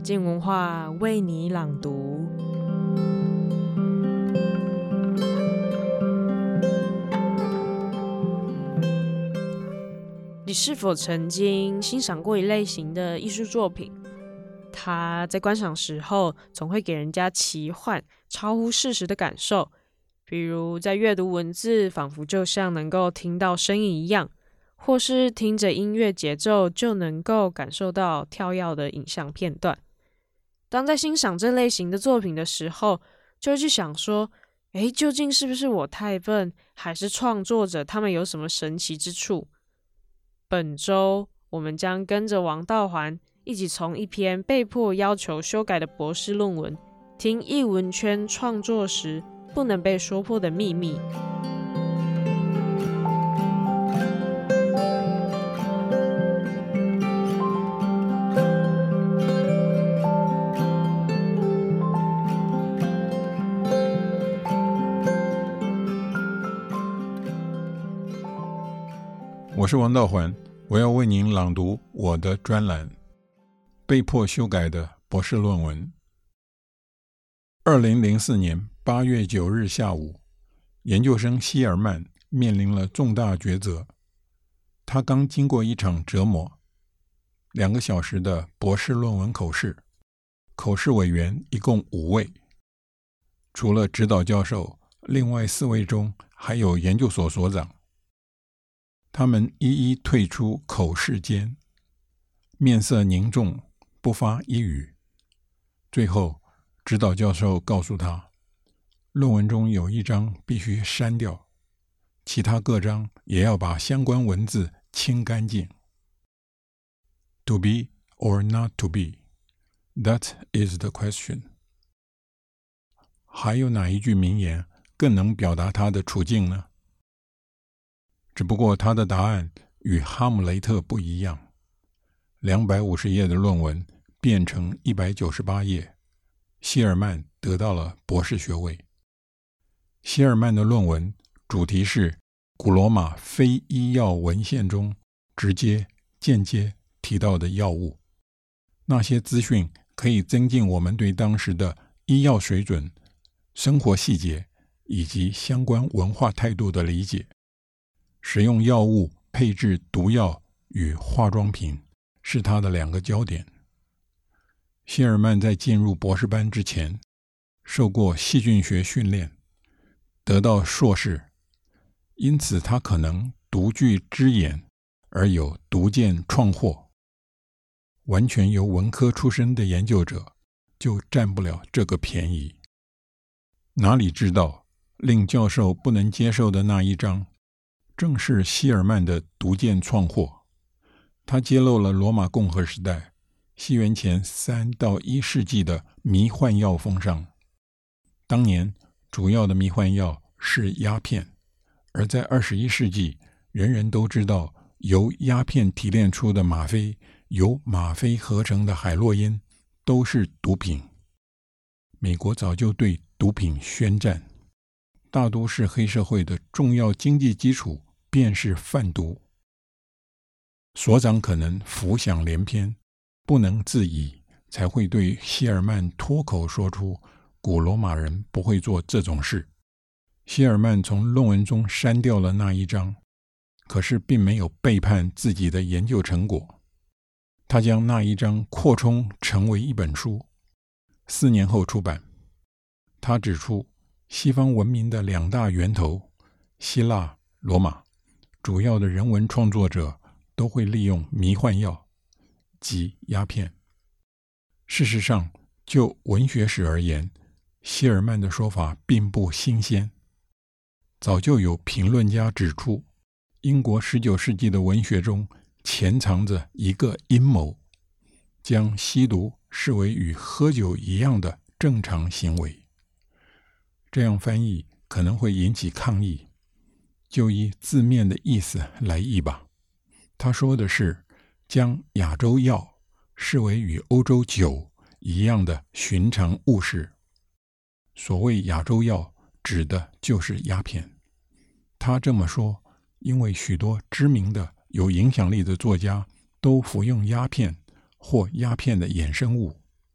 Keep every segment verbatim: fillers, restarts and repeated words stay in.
静文化为你朗读。你是否曾经欣赏过一类型的艺术作品？它在观赏时候总会给人家奇幻、超乎事实的感受，比如在阅读文字，仿佛就像能够听到声音一样，或是听着音乐节奏就能够感受到跳跃的影像片段。当在欣赏这类型的作品的时候，就会去想说，诶，究竟是不是我太笨，还是创作者他们有什么神奇之处？本周我们将跟着王道环一起从一篇被迫要求修改的博士论文，听艺文圈创作时不能被说破的秘密。 我是王道环，我要为您朗读我的专栏被迫修改的博士论文。二零零四年八月九日下午，研究生希尔曼面临了重大抉择。他刚经过一场折磨，两个小时的博士论文口试，口试委员一共五位，除了指导教授，另外四位中还有研究所所长。他们一一退出口试间，面色凝重，不发一语。最后，指导教授告诉他，论文中有一章必须删掉，其他各章也要把相关文字清干净。To be or not to be, that is the question. 还有哪一句名言更能表达他的处境呢？只不过他的答案与哈姆雷特不一样，两百五十页的论文变成一百九十八页，希尔曼得到了博士学位。希尔曼的论文主题是古罗马非医药文献中直接、间接提到的药物，那些资讯可以增进我们对当时的医药水准、生活细节以及相关文化态度的理解。使用药物配制毒药与化妆品是他的两个焦点。希尔曼在进入博士班之前受过细菌学训练，得到硕士，因此他可能独具之眼而有独见创获。完全由文科出身的研究者就占不了这个便宜。哪里知道令教授不能接受的那一章正是希尔曼的独见创获。他揭露了罗马共和时代西元前三到一世纪的迷幻药风尚。当年主要的迷幻药是鸦片，而在二十一世纪，人人都知道由鸦片提炼出的吗啡、由吗啡合成的海洛因都是毒品。美国早就对毒品宣战，大都市黑社会的重要经济基础便是贩毒。所长可能浮想联翩，不能自已，才会对希尔曼脱口说出古罗马人不会做这种事。希尔曼从论文中删掉了那一章，可是并没有背叛自己的研究成果。他将那一章扩充成为一本书，四年后出版。他指出西方文明的两大源头，希腊、罗马，主要的人文创作者都会利用迷幻药，即鸦片。事实上，就文学史而言，希尔曼的说法并不新鲜。早就有评论家指出，英国十九世纪的文学中潜藏着一个阴谋，将吸毒视为与喝酒一样的正常行为。这样翻译可能会引起抗议，就依字面的意思来译吧。他说的是将亚洲药视为与欧洲酒一样的寻常物事。所谓亚洲药指的就是鸦片。他这么说，因为许多知名的有影响力的作家都服用鸦片或鸦片的衍生物，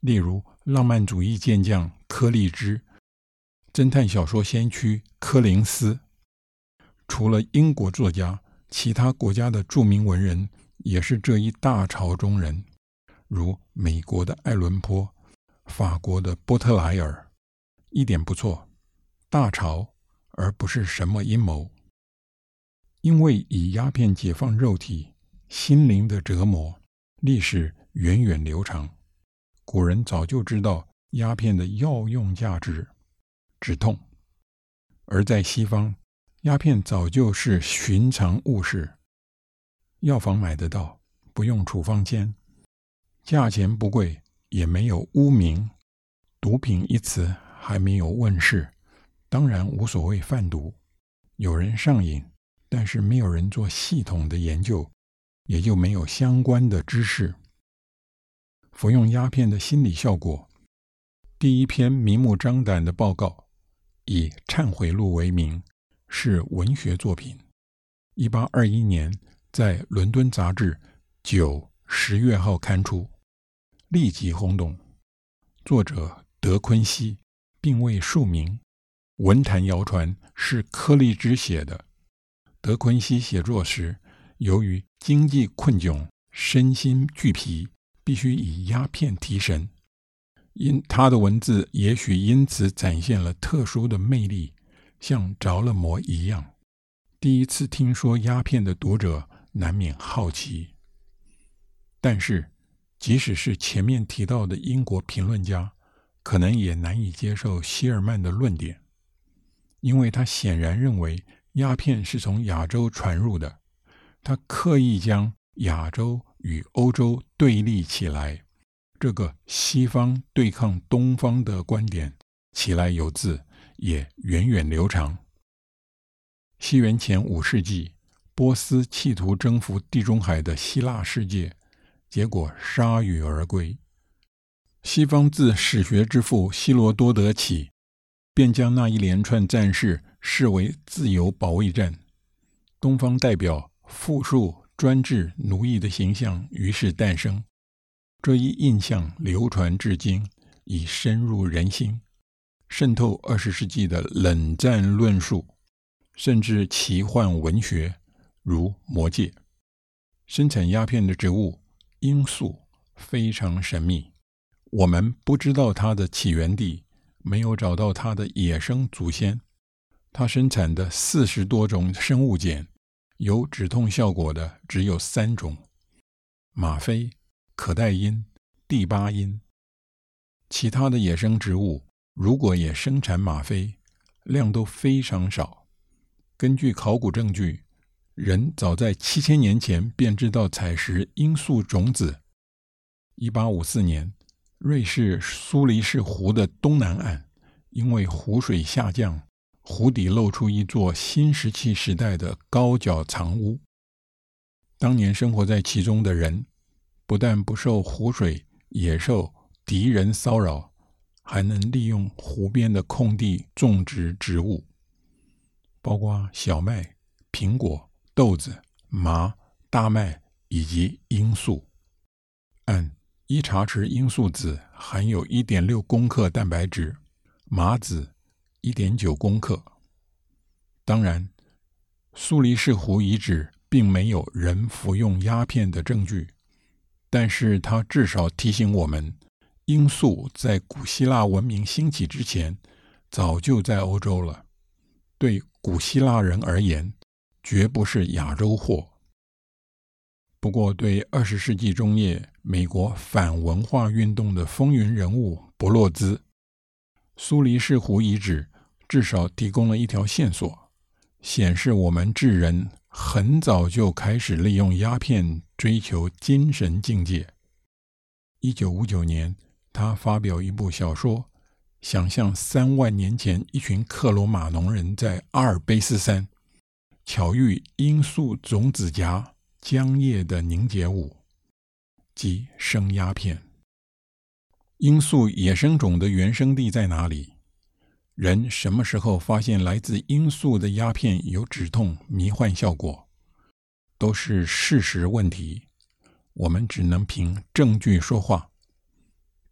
例如浪漫主义健将柯立芝、侦探小说先驱柯林斯。除了英国作家，其他国家的著名文人也是这一大潮中人，如美国的爱伦坡、法国的波特莱尔。一点不错，大潮而不是什么阴谋。因为以鸦片解放肉体心灵的折磨，历史源远流长，古人早就知道鸦片的药用价值，止痛。而在西方，鸦片早就是寻常物事，药房买得到，不用处方签，价钱不贵，也没有污名，毒品一词还没有问世，当然无所谓贩毒。有人上瘾，但是没有人做系统的研究，也就没有相关的知识。服用鸦片的心理效果，第一篇明目张胆的报告以《忏悔录》为名，是文学作品。一八二一年在《伦敦杂志》九十月号刊出，立即轰动。作者德昆西并未署名，文坛谣传是柯立芝写的。德昆西写作时，由于经济困窘，身心俱疲，必须以鸦片提神。因他的文字也许因此展现了特殊的魅力，像着了魔一样。第一次听说鸦片的读者难免好奇。但是即使是前面提到的英国评论家，可能也难以接受希尔曼的论点，因为他显然认为鸦片是从亚洲传入的，他刻意将亚洲与欧洲对立起来，这个西方对抗东方的观点其来有自，也源远流长。西元前五世纪，波斯企图征服地中海的希腊世界，结果铩羽而归。西方自史学之父希罗多德起，便将那一连串战事视为自由保卫战。东方代表富庶、专制、奴役的形象于是诞生。这一印象流传至今，已深入人心，渗透二十世纪的冷战论述，甚至奇幻文学，如《魔戒》。生产鸦片的植物罂粟非常神秘，我们不知道它的起源地，没有找到它的野生祖先。它生产的四十多种生物碱，有止痛效果的只有三种：吗啡、可待因、地巴因。其他的野生植物如果也生产吗啡，量都非常少。根据考古证据，人早在七千年前便知道采食罂粟种子。一八五四年，瑞士苏黎世湖的东南岸，因为湖水下降，湖底露出一座新石器时代的高脚藏屋。当年生活在其中的人，不但不受湖水、野兽、敌人骚扰，还能利用湖边的空地种植植物，包括小麦、苹果、豆子、麻、大麦以及罂粟。按一茶匙罂粟籽含有 一点六公克蛋白质，麻籽 一点九公克。当然，苏黎世湖遗址并没有人服用鸦片的证据，但是它至少提醒我们，罂粟在古希腊文明兴起之前早就在欧洲了，对古希腊人而言绝不是亚洲货。不过对二十世纪中叶美国反文化运动的风云人物伯洛兹，苏黎世湖遗址至少提供了一条线索，显示我们智人很早就开始利用鸦片追求精神境界。一九五九年，他发表一部小说，想象三万年前一群克罗马农人在阿尔卑斯山巧遇罂粟种子荚浆液的凝结物，即生鸦片。罂粟野生种的原生地在哪里？人什么时候发现来自罂粟的鸦片有止痛迷幻效果？都是事实问题，我们只能凭证据说话。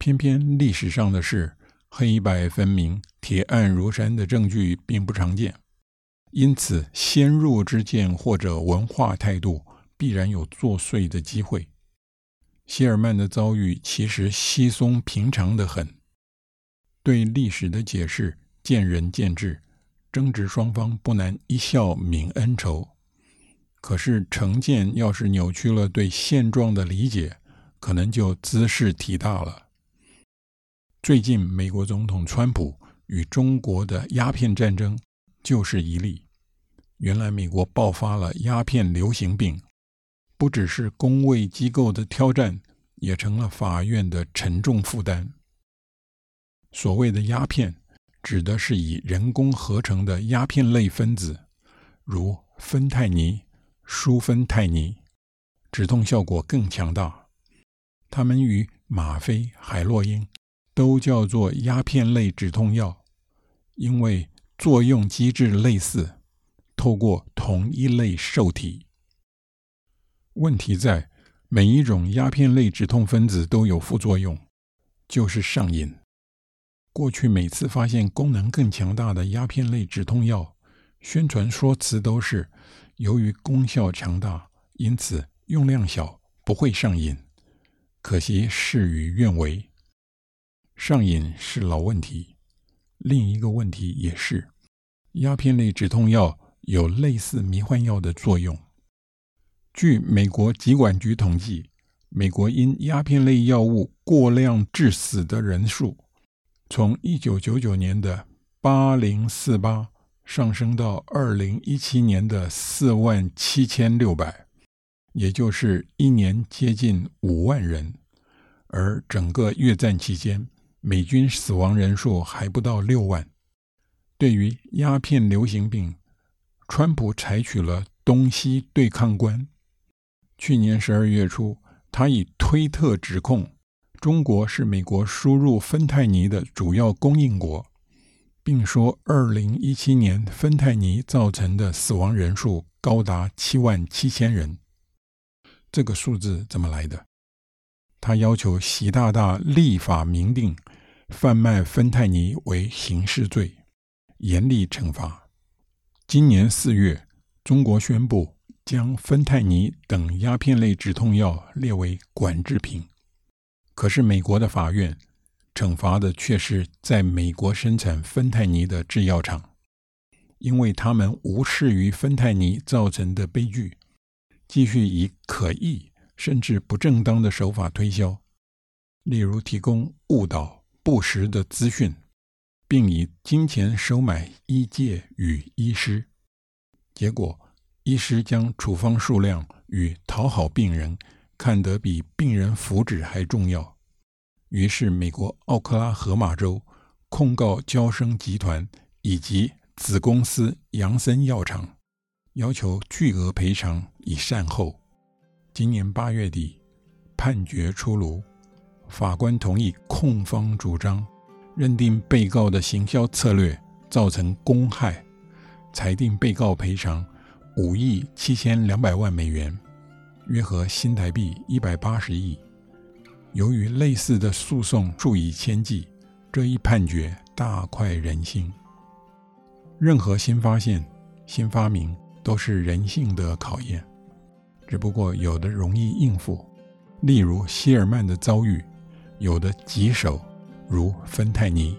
偏偏历史上的事黑白分明、铁案如山的证据并不常见，因此先入之见或者文化态度必然有作祟的机会。希尔曼的遭遇其实稀松平常得很，对历史的解释见仁见智，争执双方不难一笑泯恩仇。可是成见要是扭曲了对现状的理解，可能就茲事体大了。最近美国总统川普与中国的鸦片战争就是一例。原来美国爆发了鸦片流行病，不只是公卫机构的挑战，也成了法院的沉重负担。所谓的鸦片指的是以人工合成的鸦片类分子，如芬太尼、舒芬太尼，止痛效果更强大。它们与吗啡、海洛因都叫做鸦片类止痛药，因为作用机制类似，透过同一类受体。问题在每一种鸦片类止痛分子都有副作用，就是上瘾。过去每次发现功能更强大的鸦片类止痛药，宣传说辞都是由于功效强大，因此用量小，不会上瘾。可惜事与愿违，上瘾是老问题，另一个问题也是，鸦片类止痛药有类似迷幻药的作用。据美国疾管局统计，美国因鸦片类药物过量致死的人数，从一九九九年的八零四八上升到二零一七年的四万七千六百，也就是一年接近五万人。而整个越战期间，美军死亡人数还不到六万。对于鸦片流行病，川普采取了东西对抗观。去年十二月初，他以推特指控中国是美国输入芬太尼的主要供应国，并说二零一七年芬太尼造成的死亡人数高达七万七千人。这个数字怎么来的？他要求习大大立法明定贩卖芬太尼为刑事罪，严厉惩罚。今年四月，中国宣布将芬太尼等鸦片类止痛药列为管制品。可是美国的法院惩罚的却是在美国生产芬太尼的制药厂，因为他们无视于芬太尼造成的悲剧，继续以可疑甚至不正当的手法推销，例如提供误导、不实的资讯，并以金钱收买医界与医师。结果，医师将处方数量与讨好病人看得比病人福祉还重要。于是，美国奥克拉荷马州控告嬌生集团以及子公司杨森药厂，要求巨额赔偿以善后。今年八月底，判决出炉，法官同意控方主张，认定被告的行销策略造成公害，裁定被告赔偿五亿七千两百万美元，约合新台币一百八十亿。由于类似的诉讼数以千计，这一判决大快人心。任何新发现、新发明都是人性的考验，只不过有的容易应付，例如希尔曼的遭遇；有的棘手，如芬太尼。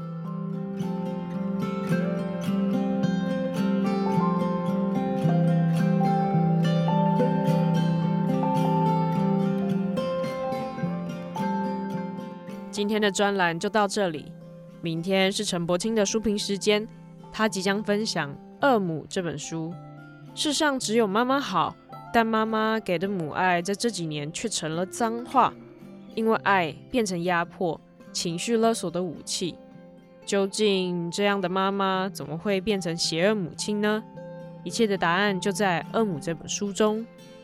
今天的专栏就到这里，明天是陈柏青的书评时间，他即将分享《恶母》这本书。世上只有妈妈好，但妈妈给的母爱在这几年却成了脏话，因为爱变成压迫、情绪勒索的武器。究竟这样的妈妈怎么会变成邪恶母亲呢？一切的答案就在《恶母》这本书中。